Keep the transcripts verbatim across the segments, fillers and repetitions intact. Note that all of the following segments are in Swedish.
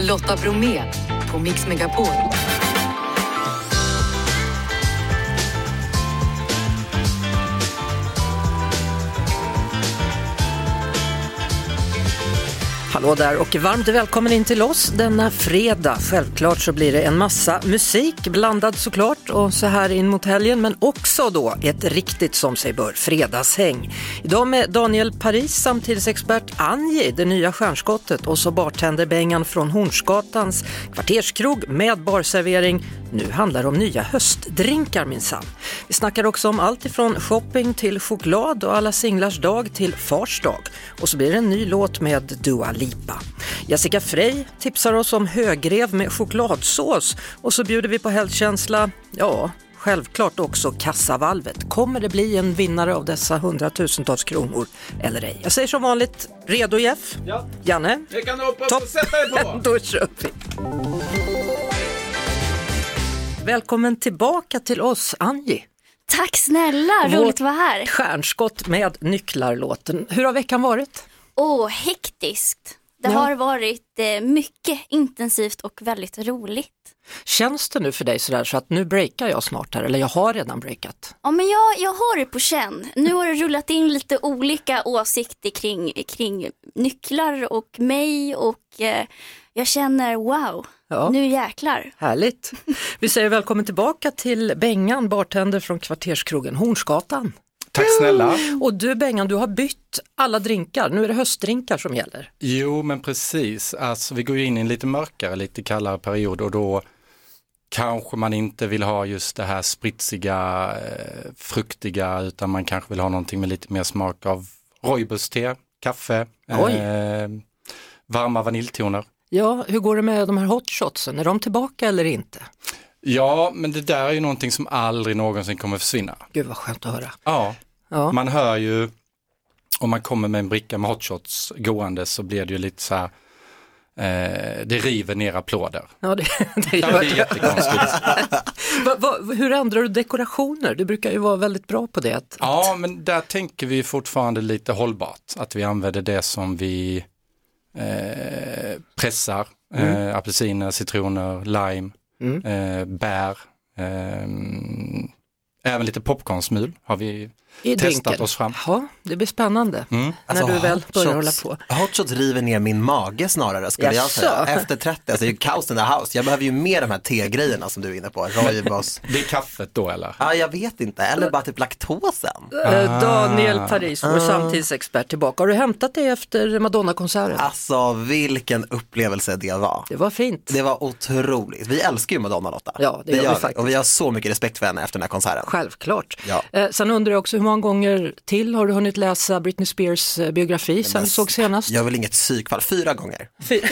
Lotta Bromé på Mix Megapol. Hallå där och varmt välkommen in till oss denna fredag. Självklart så blir det en massa musik, blandad såklart och så här in mot helgen, men också då ett riktigt som sig bör fredagshäng. Idag med Daniel Paris, samtidsexpert Angie, det nya stjärnskottet, och så bartender Bengan från Hornsgatans kvarterskrog med barservering. Nu handlar det om nya höstdrinkar minsann. Vi snackar också om allt ifrån shopping till choklad och alla singlars dag till fars dag. Och så blir det en ny låt med Dua Lipa. Jessica Frey tipsar oss om högrev med chokladsås. Och så bjuder vi på helgkänsla, ja, självklart också kassavalvet. Kommer det bli en vinnare av dessa hundratusentals kronor eller ej? Jag säger som vanligt, redo Jeff? Ja. Janne? Jag kan hoppa upp Topp. och sätta dig på. Då kör vi. Välkommen tillbaka till oss, Angie. Tack snälla, roligt att vara här. Stjärnskott med nycklarlåten. Hur har veckan varit? Åh, oh, hektiskt. Det Ja. har varit eh, mycket intensivt och väldigt roligt. Känns det nu för dig sådär så att nu breakar jag snart här, eller jag har redan breakat? Ja, men jag, jag har det på känn. Nu har det rullat in lite olika åsikter kring, kring nycklar och mig och eh, jag känner wow, Ja. nu jäklar. Härligt. Vi säger välkommen tillbaka till Bengan, bartender från kvarterskrogen Hornsgatan. Tack snälla. Och du Bengan, du har bytt alla drinkar. Nu är det höstdrinkar som gäller. Jo, men precis. Alltså, vi går ju in i en lite mörkare, lite kallare period och då kanske man inte vill ha just det här spritsiga, eh, fruktiga, utan man kanske vill ha någonting med lite mer smak av rooibos-te, kaffe, eh, varma vaniljtoner. Ja, hur går det med de här hotshotsen? Är de tillbaka eller inte? Ja, men det där är ju någonting som aldrig någonsin kommer försvinna. Gud vad skönt att höra. Ja, Ja. man hör ju, om man kommer med en bricka med hotshots gående så blir det ju lite så här, eh, det river ner applåder. Ja, det, det Ja, gör det är jättekonstigt. va, va, hur ändrar du dekorationer? Du brukar ju vara väldigt bra på det. Att, Ja, men där tänker vi fortfarande lite hållbart. Att vi använder det som vi eh, pressar. Mm. Eh, apelsiner, citroner, lime, Mm. eh, bär. Eh, även lite popcornsmul har vi I testat drinken. oss fram. Ja, det blir spännande Mm. när du väl börjar hålla hotshots- på. Hotshots river ner min mage snarare skulle jag Jaså? säga. Efter trettio, alltså det är ju kaos in the house. Jag behöver ju mer de här te-grejerna som du är inne på. Rooibos. Det är kaffet då eller? Ja, jag vet inte. Eller bara typ laktosen. Eh, Daniel Paris, vår samtidsexpert, tillbaka. Har du hämtat det efter Madonna-konserten? Alltså vilken upplevelse det var. Det var fint. Det var otroligt. Vi älskar ju Madonna, Lotta. Ja, det gör vi faktiskt. Och vi har så mycket respekt för henne efter den här konserten. Självklart. Ja. Eh, sen undrar jag också, hur många gånger till har du hunnit läsa Britney Spears eh, biografi sen Men vi såg senast? Jag vill inget psykfall. Fyra gånger. Fy-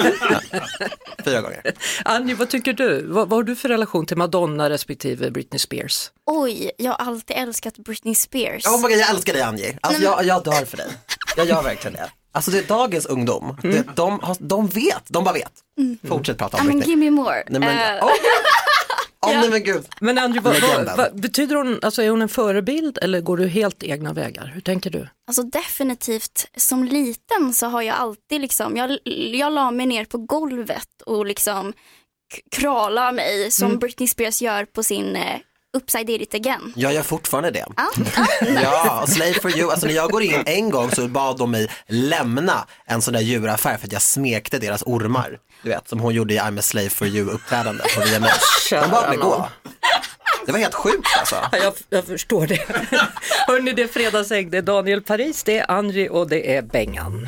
Fyra gånger. Annie, vad tycker du? Vad, vad har du för relation till Madonna respektive Britney Spears? Oj, jag har alltid älskat Britney Spears. Oh my God, jag älskar dig Angie. Alltså jag, jag dör för dig. Jag gör verkligen det. Alltså det är dagens ungdom. Det, de, har, de vet, de bara vet. Fortsätt prata I om mean, Britney. give me more. Nej men, Eh, oh. Oh, nej men gud. Men Annie, vad, vad, Legenden. vad betyder hon, alltså är hon en förebild eller går du helt egna vägar? Hur tänker du? Alltså definitivt, som liten så har jag alltid liksom, jag, jag la mig ner på golvet och liksom k- krala mig som Mm. Britney Spears gör på sin eh, Upside Did It Again. Jag gör fortfarande det. Ah, Ja, Slave for You. Alltså när jag går in en gång så bad de mig lämna en sån där djuraffär för att jag smekte deras ormar. Du vet, som hon gjorde i I'm a Slave for You uppträdande på V M S. De bad mig gå. Det var helt sjukt alltså. Ja, jag, jag förstår det. Hörrni, det är fredagsägg, det är Daniel Paris, det är Angie och det är Bengan.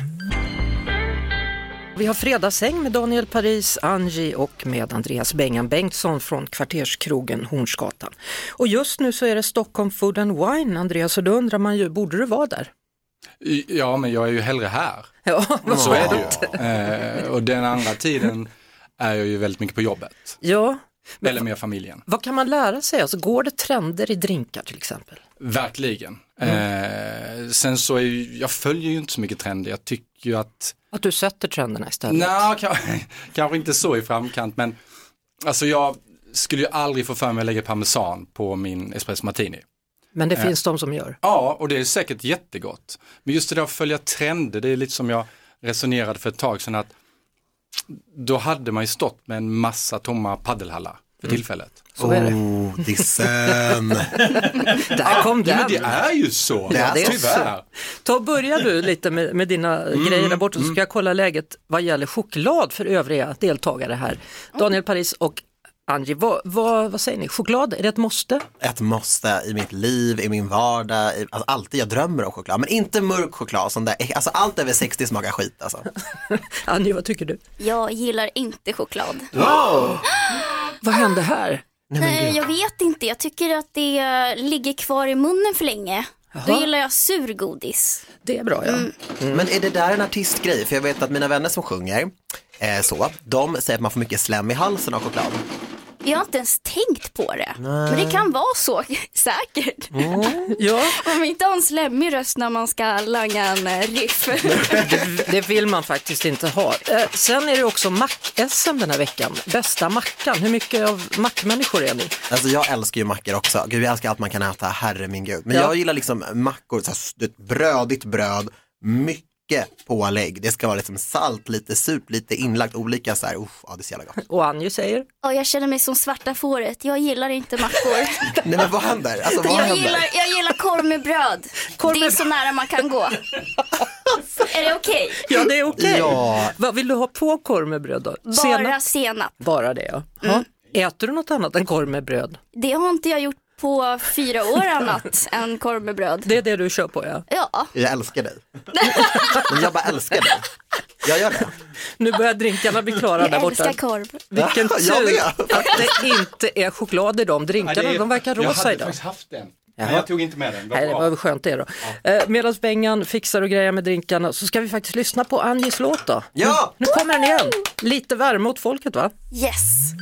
Vi har fredagsäng med Daniel Paris, Angie och med Andreas Bengan Bengtsson från kvarterskrogen Hornsgatan. Och just nu så är det Stockholm Food and Wine, Andreas, och då undrar man ju, borde du vara där? Ja, men jag är ju hellre här. Ja, vad Så är det skönt. ju. Eh, och den andra tiden är jag ju väldigt mycket på jobbet. Ja, Eller med familjen. vad kan man lära sig? Alltså, går det trender i drinkar till exempel? Verkligen. Eh, sen så är ju, jag följer ju inte så mycket trender. Jag tycker ju att, Att du sätter trenderna istället? nej, kanske, kanske inte så i framkant, men alltså jag skulle ju aldrig få för mig att lägga parmesan på min espresso martini. Men det finns de som gör. Ja, och det är säkert jättegott. Men just det där att följa trender, det är lite som jag resonerade för ett tag sedan, att då hade man ju stått med en massa tomma paddelhallar för Mm. tillfället. Så är det. Oh, dissen. Där kom den. Men det är ju så, Det är så. tyvärr. Ta och börja du lite med, med dina grejer där borta, så ska jag kolla läget vad gäller choklad för övriga deltagare här. Daniel Paris och Angie, vad, vad, vad säger ni? Choklad, är det ett måste? Ett måste i mitt liv, i min vardag, i, alltså alltid jag drömmer om choklad. Men inte mörk choklad, sån där, alltså allt över sextio smakar skit alltså. Angie, vad tycker du? Jag gillar inte choklad. Vad hände här? Nej, jag vet inte. Jag tycker att det ligger kvar i munnen för länge. Då gillar jag surgodis. Det är bra, ja. Mm. Men är det där en artistgrej? För jag vet att mina vänner som sjunger eh, så, de säger att man får mycket slem i halsen av choklad. Jag har inte ens tänkt på det. Men det kan vara så, säkert. Ja, Om man inte har en slemmig röst när man ska langa en eh, riff. det, det vill man faktiskt inte ha. Eh, sen är det också mack-S M den här veckan. Bästa mackan. Hur mycket av mackmänniskor är ni? Alltså jag älskar ju mackor också. Gud, jag älskar allt man kan äta, herre min gud. Men Ja. jag gillar liksom mackor, så här, ett brödigt bröd, mycket pålägg. Det ska vara liksom salt, lite surt, lite inlagt, olika så här. Uff, ja, det är så jävla gott. Och Angie säger? Och jag känner mig som svarta fåret. Jag gillar inte mackor. Nej men vad händer? Alltså vad Jag händer? gillar, jag gillar korv med bröd. Korv Det är med- så nära man kan gå. Är det okej? Ja, det är okej. Ja. Vad vill du ha på korv med bröd då? Bara Senap? senap. Bara det, ja. ja. Äter du något annat än korv med bröd? Det har inte jag gjort på fyra år annat än korv med bröd. Det är det du kör på, ja. Ja, Jag älskar dig. Men jag bara älskar dig. Jag gör det. Nu börjar drinkarna bli klara där jag borta. älskar korv. Vilken Ja, jag tur med. att det inte är choklad i de drinkarna. De verkar Jag rosa hade idag. faktiskt haft den, Jaha. men jag tog inte med den. Nej, det var väl skönt det då. Eh, Medan Bengan fixar och grejer med drinkarna så ska vi faktiskt lyssna på Angies låt då. Ja! Nu kommer den igen. Lite värme åt folket, va? Yes.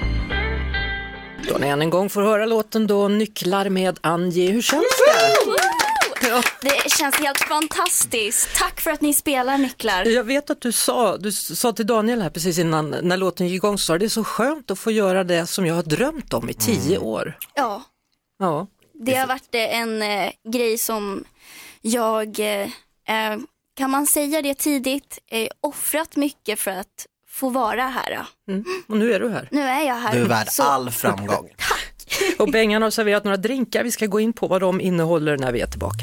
Då ni än en gång får höra låten då, Nycklar med Angie. Hur känns det? Ja, Det känns helt fantastiskt. Tack för att ni spelar nycklar. jag vet att du sa, du sa till Daniel här precis innan när låten gick igång, så sa det är så skönt att få göra det som jag har drömt om i tio år. Ja, Ja. det har varit eh, en eh, grej som jag, eh, eh, kan man säga det tidigt, eh, offrat mycket för att få vara här. Mm. Och nu är du här. Nu är jag här. Du är värd Så- all framgång. Och Bengan har serverat några drinkar. Vi ska gå in på vad de innehåller när vi är tillbaka.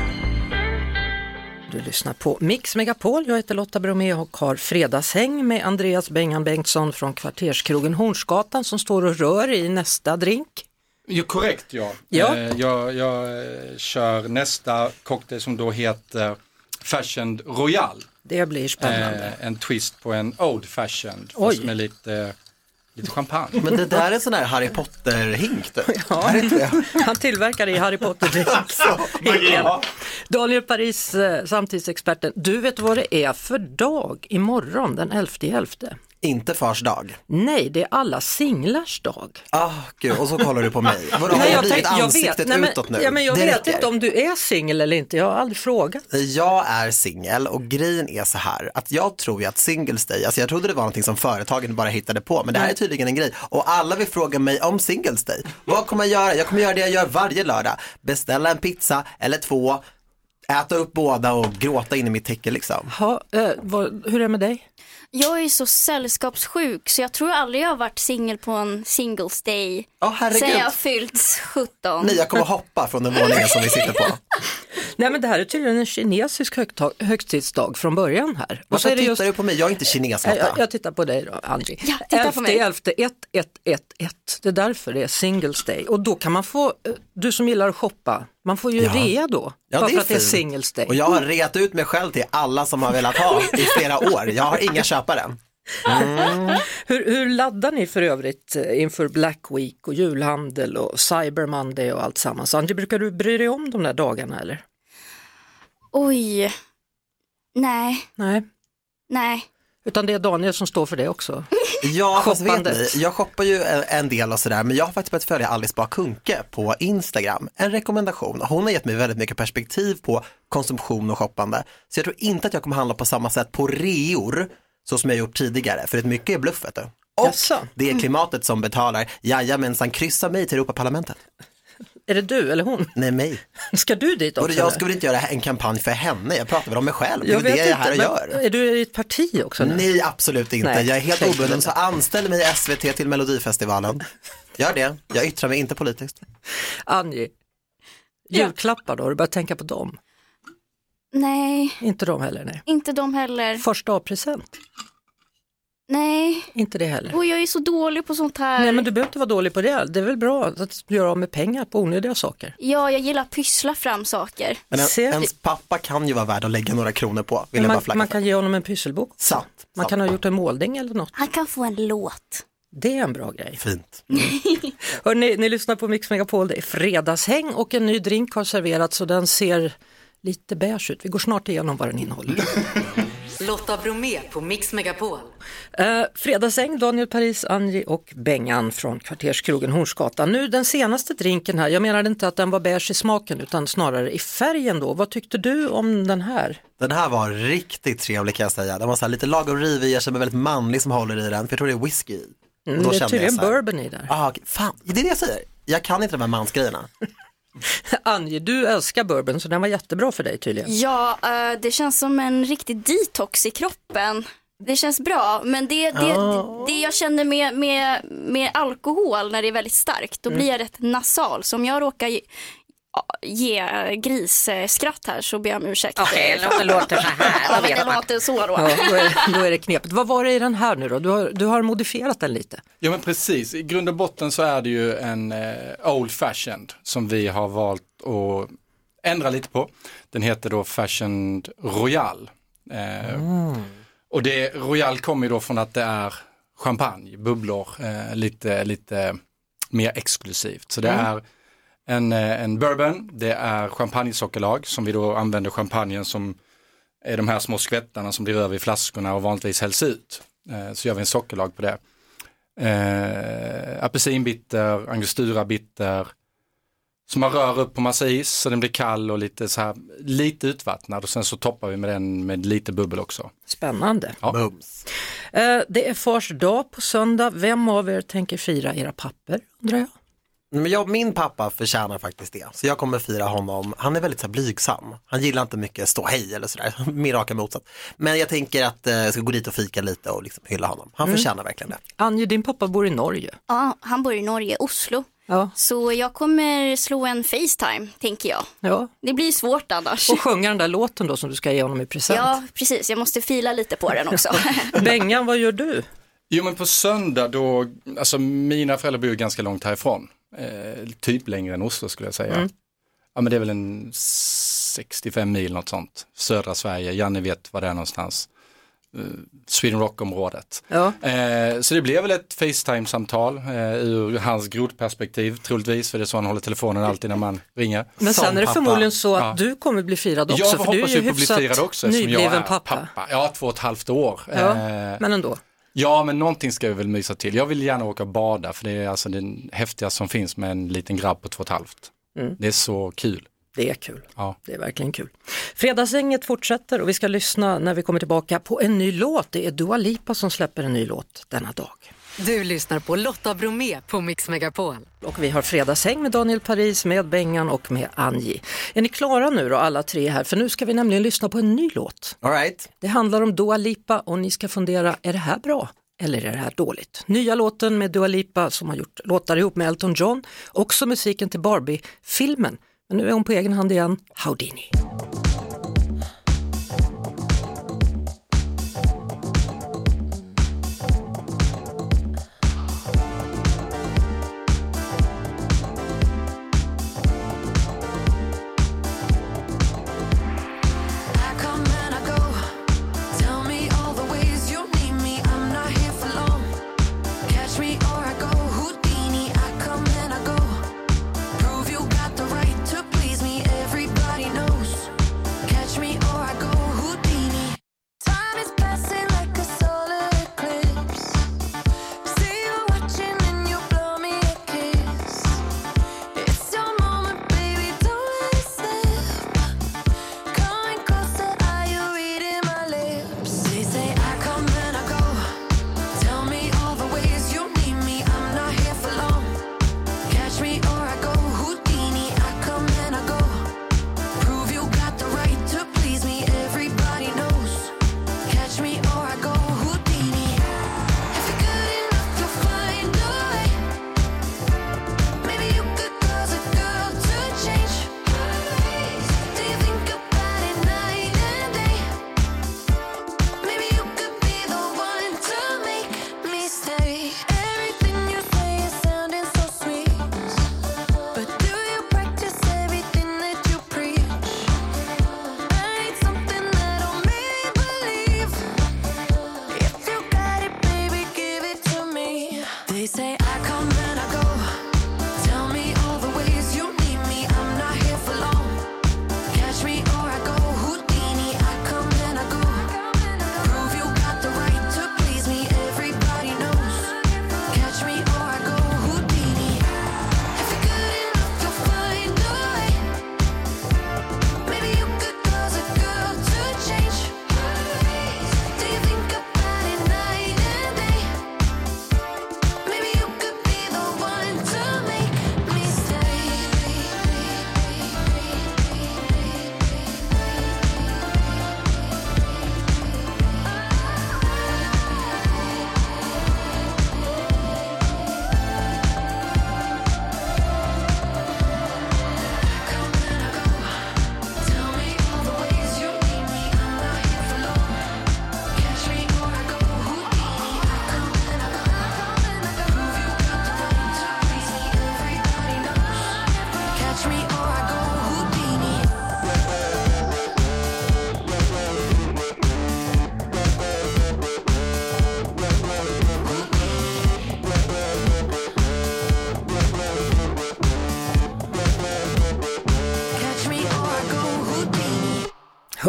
Du lyssnar på Mix Megapol. Jag heter Lotta Bromé och har fredagshäng med Andreas Bengan Bengtsson från kvarterskrogen Hornsgatan som står och rör i nästa drink. Jo, korrekt, ja. Ja. Eh, jag, jag eh, kör nästa cocktail som då heter Fashioned Royal. Det blir spännande. Eh, en twist på en Old Fashioned, Oj. fast med lite, lite champagne. Men det där är sån här Harry Potter-hink du. Ja. Är det inte det? Han tillverkar i Harry Potter. Ja. Daniel Paris, eh, samtidsexperten. Du vet vad det är för dag imorgon den elfte elfte? Inte fars dag. Nej, det är alla singlars dag. Ah, gud, och så kollar du på mig. Vadå, har jag blivit tänkte- jag ansiktet vet, nej, men, utåt nu? ja, men jag Det vet räcker. inte om du är singel eller inte. Jag har aldrig frågat. Jag är singel och grejen är så här att jag tror ju att Singles Day, alltså jag trodde det var någonting som företagen bara hittade på, men det här är tydligen en grej och alla vill fråga mig om Singles Day. Vad kommer jag göra? Jag kommer göra det jag gör varje lördag. Beställa en pizza eller två, äta upp båda och gråta in i mitt täcke liksom. Ha, eh, vad, hur är det med dig? Jag är så sällskapssjuk så jag tror aldrig jag har varit singel på en singles day. Åh herregud. Sen jag fyllt sjutton. Nej, jag kommer hoppa från den våningen som vi sitter på. Nej, men det här är tydligen en kinesisk högtag, högtidsdag från början här. Och så Varför är det tittar just, du på mig? Jag är inte kines, jag, Lotta. jag tittar på dig då, Angie. Ja, titta på mig. elfte elfte ett ett ett. Det är därför det är Singles Day. Och då kan man få, eh, du som gillar att shoppa, man får ju Ja. rea då. Ja, bara det är för att det är fint. Singles Day. Och jag har reat ut mig själv till alla som har velat ha i flera år. Jag har inga köpare. Hur, hur laddar ni för övrigt eh, inför Black Week och julhandel och Cyber Monday och allt sammans? Angie, brukar du bry dig om de där dagarna eller? Oj. Nej, Nej, nej. utan det är Daniel som står för det också. Ja, fast vet Shoppandet. ni, jag shoppar ju en en del och sådär, men jag har faktiskt börjat följa Alice Bah Kuhnke på Instagram. En rekommendation. Hon har gett mig väldigt mycket perspektiv på konsumtion och shoppande. Så jag tror inte att jag kommer handla på samma sätt på reor så som jag gjort tidigare, för det mycket är bluff, vet du. Och Jaså? det är klimatet som betalar. Jajamensan, kryssa mig till Europaparlamentet. Är det du eller hon? Nej, mig. Ska du dit också? Och jag ska väl inte göra en kampanj för henne, jag pratar väl om mig själv. Jag det är det jag är inte, här och gör. Är du i ett parti också nu? Nej, absolut inte. Nej. Jag är helt obunden, så anställ mig i S V T till Melodifestivalen. Gör det, jag yttrar mig inte politiskt. Angie, julklappar då, har du börjat tänka på dem? Nej. Inte de heller, nej. Inte de heller. Första A-present? Nej. Inte det heller. Och jag är så dålig på sånt här. Nej, men du behöver inte vara dålig på det. Det är väl bra att göra av med pengar på onödiga saker. Ja, jag gillar att pyssla fram saker. Men en, Se- ens pappa kan ju vara värd att lägga några kronor på. Vill Men jag bara man, flagga man för. kan ge honom en pysselbok. Sant. Man sant. kan ha gjort en målning eller något. Han kan få en låt. Det är en bra grej. Fint. Hörrni, ni lyssnar på Mix Megapol, det är fredagshäng och en ny drink har serverats och den ser lite beige ut. Vi går snart igenom vad den innehåller. Lotta Bromé på Mix Megapol. Eh, fredagshäng, Daniel Paris, Angie och Bengan från kvarterskrogen Hornsgatan. Nu den senaste drinken här, jag menar inte att den var beige i smaken utan snarare i färgen då. Vad tyckte du om den här? Den här var riktigt trevlig kan jag säga. Den var så här lite lagom rivig, jag känner mig väldigt manlig som håller i den. För jag tror det är whisky i. Och Mm, då det är kände tydligen jag så här, bourbon i där. Ah, okej, fan, det är det jag säger. Jag kan inte de här mansgrejerna. Angie, du älskar bourbon så den var jättebra för dig tydligen. Ja, eh, det känns som en riktig detox i kroppen. Det känns bra, men det, det, Oh. det jag känner med, med, med alkohol när det är väldigt starkt, då blir jag rätt nasal. Så om jag råkar ge, ge grisskratt här så ber jag om ursäkt. Okej, det låter så här. Ja, men det låter så då. Ja, då, är, då är det knepet. Vad var det i den här nu då? Du har, du har modifierat den lite. Ja men precis, i grund och botten så är det ju en eh, old fashioned som vi har valt att ändra lite på. Den heter då Fashioned Royal. Eh, Mm. Och det Royal kommer ju då från att det är champagne, bubblor, eh, lite, lite mer exklusivt. Så det Mm. är en, eh, en bourbon, det är champagnesockerlag som vi då använder champagnen som är de här små skvättarna som blir över i flaskorna och vanligtvis hälls ut. Eh, så gör vi en sockerlag på det. Eh, apelsinbitter, angostura-bitter som man rör upp på massa is så den blir kall och lite så här lite utvattnad och sen så toppar vi med den med lite bubbel också. Spännande. Ja. Bums. Eh, det är fars dag på söndag. Vem av er tänker fira era papper, undrar jag? Men jag, min pappa förtjänar faktiskt det. Så jag kommer fira honom. Han är väldigt så här, blygsam. Han gillar inte mycket stå hej eller sådär. Min raka motsatt. Men jag tänker att eh, jag ska gå dit och fika lite och liksom hylla honom. Han Mm. förtjänar verkligen det. Angie, din pappa bor i Norge. Ja, han bor i Norge, Oslo. Ja, Så jag kommer slå en FaceTime, tänker jag. ja. Det blir svårt annars. Och sjunga den där låten då som du ska ge honom i present. Ja, precis. Jag måste fila lite på den också. Bengan, vad gör du? Jo men på söndag då, alltså mina föräldrar bor ju ganska långt härifrån. Eh, typ längre än Oslo skulle jag säga. Mm. Ja men det är väl en sextiofem mil något sånt. Södra Sverige, Janne vet var det är någonstans. Eh, Sweden Rock-området. Ja. Eh, så det blev väl ett FaceTime-samtal eh, ur hans grodperspektiv troligtvis. För det är så han håller telefonen alltid när man ringer. Men Som sen är det pappa. förmodligen så att Ja. du kommer bli firad också. Jag för du är hoppas ju ju på bli hyfsat firad också eftersom jag nybliven är pappa. pappa. Ja, två och ett halvt år. Ja, Eh, men ändå. Ja, men någonting ska vi väl mysa till. Jag vill gärna åka och bada för det är alltså det häftigaste som finns med en liten grabb på två och ett halvt. Mm. Det är så kul. Det är kul. Ja. Det är verkligen kul. Fredagsänget fortsätter och vi ska lyssna när vi kommer tillbaka på en ny låt. Det är Dua Lipa som släpper en ny låt denna dag. Du lyssnar på Lotta Bromé på Mix Megapol. Och vi har fredagshäng med Daniel Paris, med Bengan och med Angie. Är ni klara nu då alla tre här? För nu ska vi nämligen lyssna på en ny låt. All right. Det handlar om Dua Lipa och ni ska fundera, är det här bra eller är det här dåligt? Nya låten med Dua Lipa som har gjort låtar ihop med Elton John. Också musiken till Barbie-filmen. Men nu är hon på egen hand igen, Houdini. Prove you got the right to please me. Everybody knows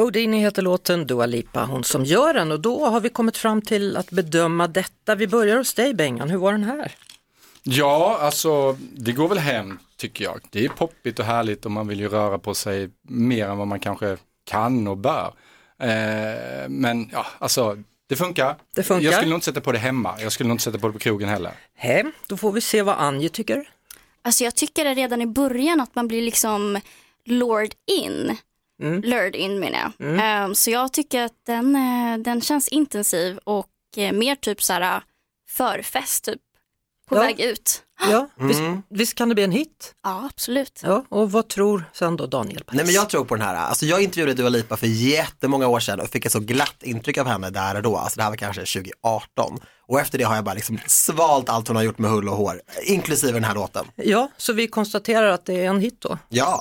Houdini heter låten, Dua Lipa, hon som gör den. Och då har vi kommit fram till att bedöma detta. Vi börjar hos dig, Bengan. Hur var den här? Ja, alltså det går väl hem tycker jag. Det är poppigt och härligt och man vill ju röra på sig mer än vad man kanske kan och bör. Eh, men ja, alltså det funkar. Det funkar. Jag skulle nog inte sätta på det hemma. Jag skulle nog inte sätta på det på krogen heller. Hem, då får vi se vad Anje tycker. Alltså jag tycker det redan i början att man blir liksom lured in. Mm. Lured in menar jag. Mm. Um, så jag tycker att den, uh, den känns intensiv och uh, mer typ såhär förfest typ. På ja. väg ut. Ja, Mm. visst, visst kan det bli en hit? Ja, absolut. Ja, och vad tror sen då Daniel Paris? Nej men jag tror på den här, alltså jag intervjuade Dua Lipa för jättemånga år sedan och fick ett så glatt intryck av henne där och då, alltså det här var kanske tjugo arton och efter det har jag bara liksom svalt allt hon har gjort med hull och hår, inklusive den här låten. Ja, så vi konstaterar att det är en hit då. Ja.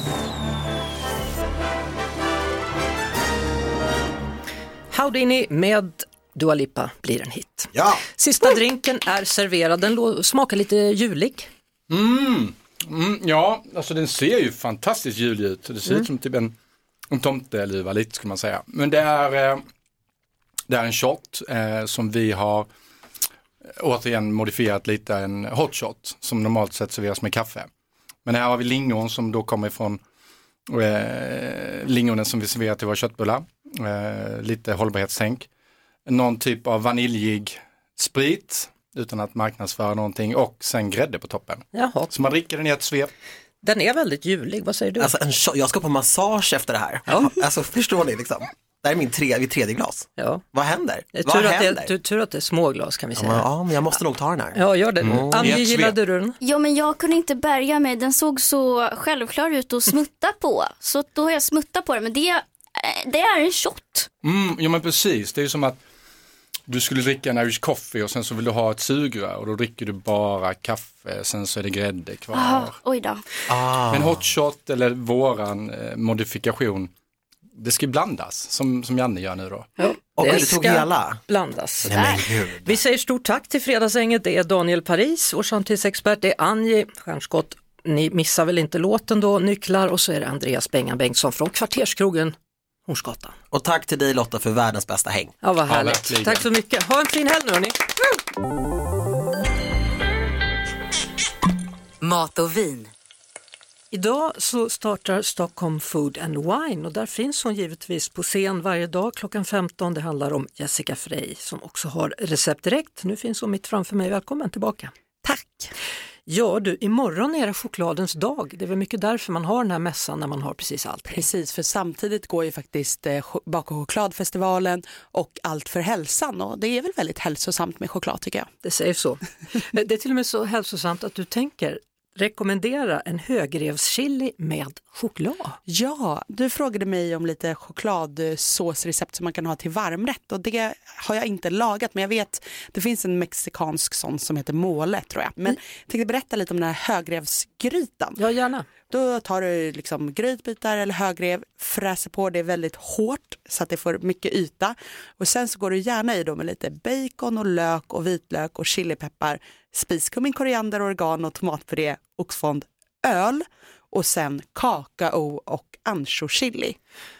Houdini med Dua Lipa blir en hit. Ja. Sista drinken är serverad, den lo- smakar lite julig. Mm. Mm, ja, alltså den ser ju fantastiskt julig ut. Det ser Mm. ut som typ en, en tomteluva lite skulle man säga. Men det är, eh, det är en shot eh, som vi har återigen modifierat lite, en hot shot som normalt sett serveras med kaffe. Men här har vi lingon som då kommer ifrån eh, lingonen som vi serverar till våra köttbullar. Eh, lite hållbarhetstänk. Någon typ av vaniljig sprit utan att marknadsföra någonting och sen grädde på toppen. Jaha. Så man dricker den i ett svep. Den är väldigt julig, vad säger du? Alltså en shot, jag ska på massage efter det här. Ja. Alltså förstår ni liksom? Det här är min tre, vid tredje glas. Ja. Vad händer? Det är Vad tur, att händer? det, tur, tur att det är små glas kan vi Ja, säga. men, ja, men jag måste nog ta den här. Ja, gör det. Mm. Anje, Ett gillade svep. du den? Ja, men jag kunde inte bärga mig. Den såg så självklar ut att smutta på. Så då har jag smuttat på den. Men det, eh, det är en shot. Mm, ja men precis, det är ju som att du skulle dricka en Irish coffee och sen så vill du ha ett sugrör och då dricker du bara kaffe, sen så är det grädde kvar. Ah, oj då. Ah. Men hot shot eller våran eh, modifikation, det ska ju blandas som, som Janne gör nu då. Ja, Och det du tog ska hela? blandas. Nej, men gud. Vi säger stort tack till Fredagsänget. Det är Daniel Paris, årssamtidsexpert. Det är Anje Stjernskott. Ni missar väl inte låten då, Nycklar. Och så är det Andreas Bengan Bengtsson från Kvarterskrogen, Hornsgatan. Och tack till dig Lotta för världens bästa häng. Ja, vad härligt. verkligen. Tack så mycket. Ha en fin helg nu, hörni. Mat och vin. Idag så startar Stockholm Food and Wine och där finns hon givetvis på scen varje dag klockan femton. Det handlar om Jessica Frey som också har recept direkt. Nu finns hon mitt framför mig. Välkommen tillbaka. Tack. Ja du, imorgon är det chokladens dag. Det är väl mycket därför man har den här mässan när man har precis allt. Precis, för samtidigt går ju faktiskt eh, Bak- och chokladfestivalen och Allt för hälsan och det är väl väldigt hälsosamt med choklad tycker jag. Det säger så. Det är till och med så hälsosamt att du tänker rekommendera en högrevschili med choklad. Ja, du frågade mig om lite chokladsåsrecept som man kan ha till varmrätt och det har jag inte lagat men jag vet det finns en mexikansk sån som heter mole tror jag. Men jag tänkte berätta lite om den här högrevsgrytan. Ja, gärna. Då tar du liksom grytbitar eller högrev, fräser på det väldigt hårt så att det får mycket yta. Och sen så går du gärna i då med lite bacon och lök och vitlök och chilipeppar, spiskummin, koriander, oregano, tomatpuré, oxfond, öl och sen kakao och anchochili.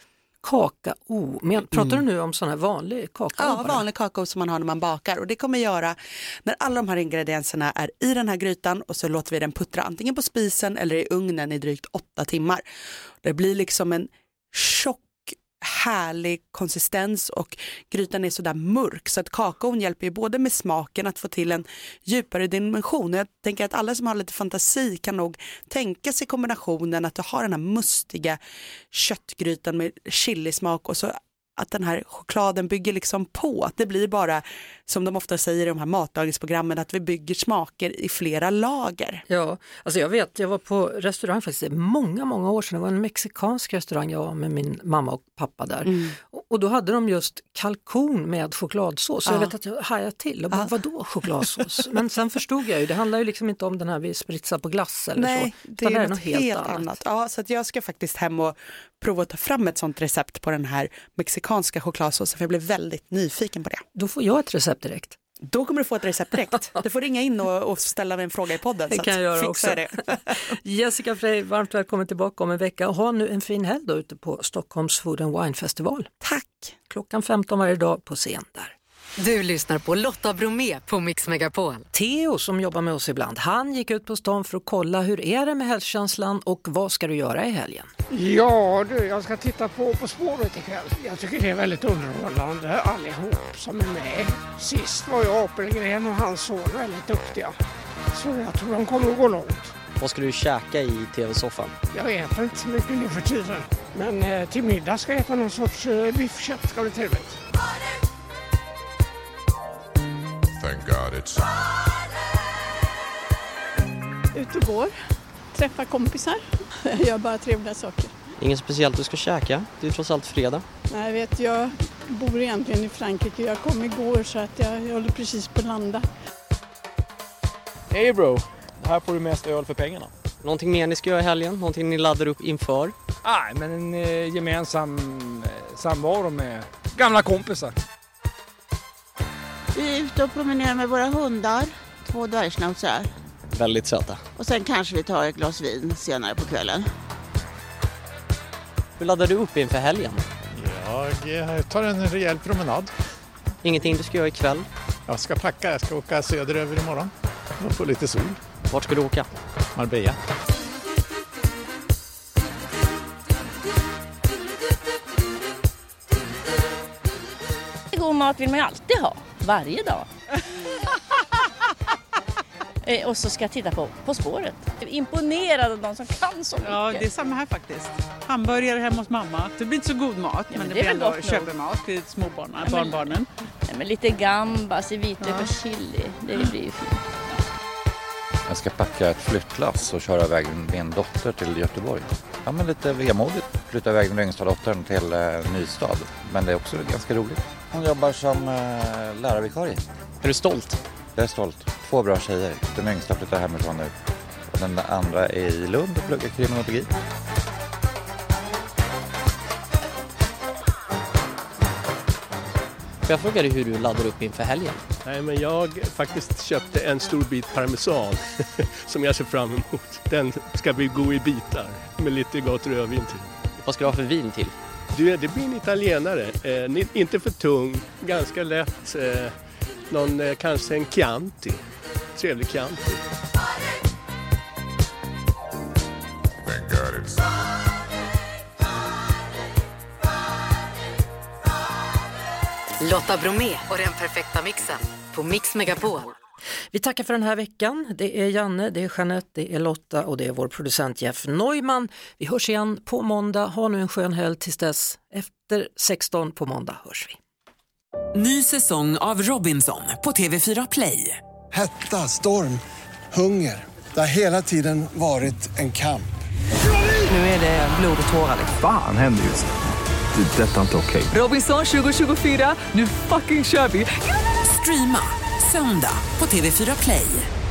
Kakao. Men pratar du nu om sån här vanlig kakao? Ja, bara? vanlig kakao som man har när man bakar och det kommer göra när alla de här ingredienserna är i den här grytan och så låter vi den puttra antingen på spisen eller i ugnen i drygt åtta timmar. Det blir liksom en tjock härlig konsistens och grytan är sådär mörk så att kakaon hjälper ju både med smaken att få till en djupare dimension. Jag tänker att alla som har lite fantasi kan nog tänka sig kombinationen att du har den här mustiga köttgrytan med chilismak och så att den här chokladen bygger liksom på. Att det blir bara, som de ofta säger i de här matlagningsprogrammen, att vi bygger smaker i flera lager. Ja, alltså jag vet, jag var på restaurang faktiskt många, många år sedan. Det var en mexikansk restaurang, jag var med min mamma och pappa där. Mm. Och, och då hade de just kalkon med chokladsås. Så ja. jag vet att jag hajade till. Och bara, ja. Vadå chokladsås? Men sen förstod jag ju, det handlar ju liksom inte om den här vi spritsar på glass eller Nej, så. Nej, det är, är något något helt, helt annat. annat. Ja, så att jag ska faktiskt hem och prova att ta fram ett sånt recept på den här mexikanska chokladsåsen för jag blev väldigt nyfiken på det. Då får jag ett recept direkt. Då kommer du få ett recept direkt. Du får ringa in och, och ställa en fråga i podden. Det så kan jag göra också. Det. Jessica Frey, varmt välkommen tillbaka om en vecka. Och ha nu en fin helg då ute på Stockholms Food and Wine Festival. Tack. Klockan femton varje dag på scen där. Du lyssnar på Lotta Bromé på Mix Megapol. Theo som jobbar med oss ibland, han gick ut på stan för att kolla hur är det med hälsokänslan och vad ska du göra i helgen? Ja du, jag ska titta på På spåret ikväll. Jag tycker det är väldigt underhållande allihop som är med. Sist var ju Apelgren och hans son väldigt duktiga. Så jag tror de kommer att gå långt. Vad ska du käka i tv-soffan? Jag äter inte så mycket nu för tiden. Men eh, till middag ska jag äta någon sorts eh, biffkött, ska bli trevligt. Thank God it's... Ut och går, träffa kompisar, gör bara trevliga saker. Inget speciellt du ska käka, det är trots allt fredag. Nej, vet jag bor egentligen i Frankrike, jag kom igår så att jag, jag håller precis på att landa. Hej bro, här får du mest öl för pengarna. Någonting mer ni ska göra i helgen? Någonting ni laddar upp inför? Nej, men en eh, gemensam eh, samvaro med gamla kompisar. Vi är ute och promenerar med våra hundar, två dvärgschnauzar. Väldigt söta. Och sen kanske vi tar ett glas vin senare på kvällen. Hur laddar du upp inför helgen? Jag tar en rejäl promenad. Ingenting du ska göra ikväll? Jag ska packa, jag ska åka söderöver imorgon och få lite sol. Vart ska du åka? Marbella. God mat vill man ju alltid ha, varje dag. Och så ska jag titta på På spåret. Jag är imponerad av de som kan så mycket. Ja, det är samma här faktiskt. Hamburgare hemma hos mamma. Det blir inte så god mat, ja, men, men det, det blir ändå köpemat till småbarnen, ja, barnbarnen. Nej, men lite gambas i vitlök och chili, det blir ju fint. Jag ska packa ett flyttlass och köra iväg med min dotter till Göteborg. Ja, men lite vemodigt. Flytta iväg den yngsta dottern till eh, Nystad. Men det är också ganska roligt. Hon jobbar som eh, lärarvikarie. Är du stolt? Jag är stolt. Två bra tjejer. Den yngsta flyttar hemifrån nu. Och den andra är i Lund och pluggar kriminologi. Får jag fråga dig hur du laddar upp inför helgen? Nej, men jag faktiskt köpte en stor bit parmesan som jag ser fram emot. Den ska bli god i bitar med lite gott rödvin till. Vad ska du ha för vin till? Du, det blir en italienare. Eh, inte för tung, ganska lätt. Eh, någon, eh, kanske en Chianti. Trevlig Chianti. Lotta Bromé och den perfekta mixen på Mix Megapol. Vi tackar för den här veckan. Det är Janne, det är Jeanette, det är Lotta och det är vår producent Jeff Neumann. Vi hörs igen på måndag. Ha nu en skön helg tills dess. Efter sexton på måndag hörs vi. Ny säsong av Robinson på T V fyra Play. Hetta, storm, hunger. Det har hela tiden varit en kamp. Nu är det blod och tårar. Fan händer just det. Det är detta inte okej. Robinson tjugo tjugofyra, nu fucking kör vi. Streama söndag på T V fyra Play.